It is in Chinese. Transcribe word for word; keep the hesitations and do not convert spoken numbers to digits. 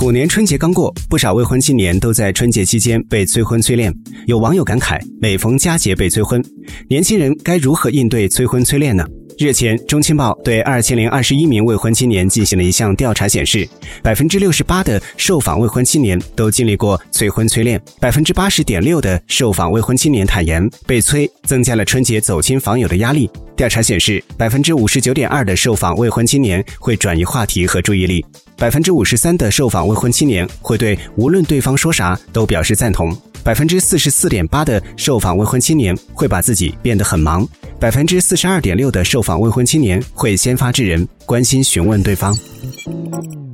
虎年春节刚过，不少未婚青年都在春节期间被催婚催恋。有网友感慨，每逢佳节被催婚，年轻人该如何应对催婚催恋呢？日前，中青报对二千零二十一名未婚青年进行了一项调查，显示 百分之六十八 的受访未婚青年都经历过催婚催恋， 百分之八十点六 的受访未婚青年坦言被催增加了春节走亲访友的压力。调查显示 百分之五十九点二 的受访未婚青年会转移话题和注意力， 百分之五十三 的受访未婚青年会对无论对方说啥都表示赞同， 百分之四十四点八 的受访未婚青年会把自己变得很忙， 百分之四十二点六 的受访未婚青年会先发制人，关心询问对方。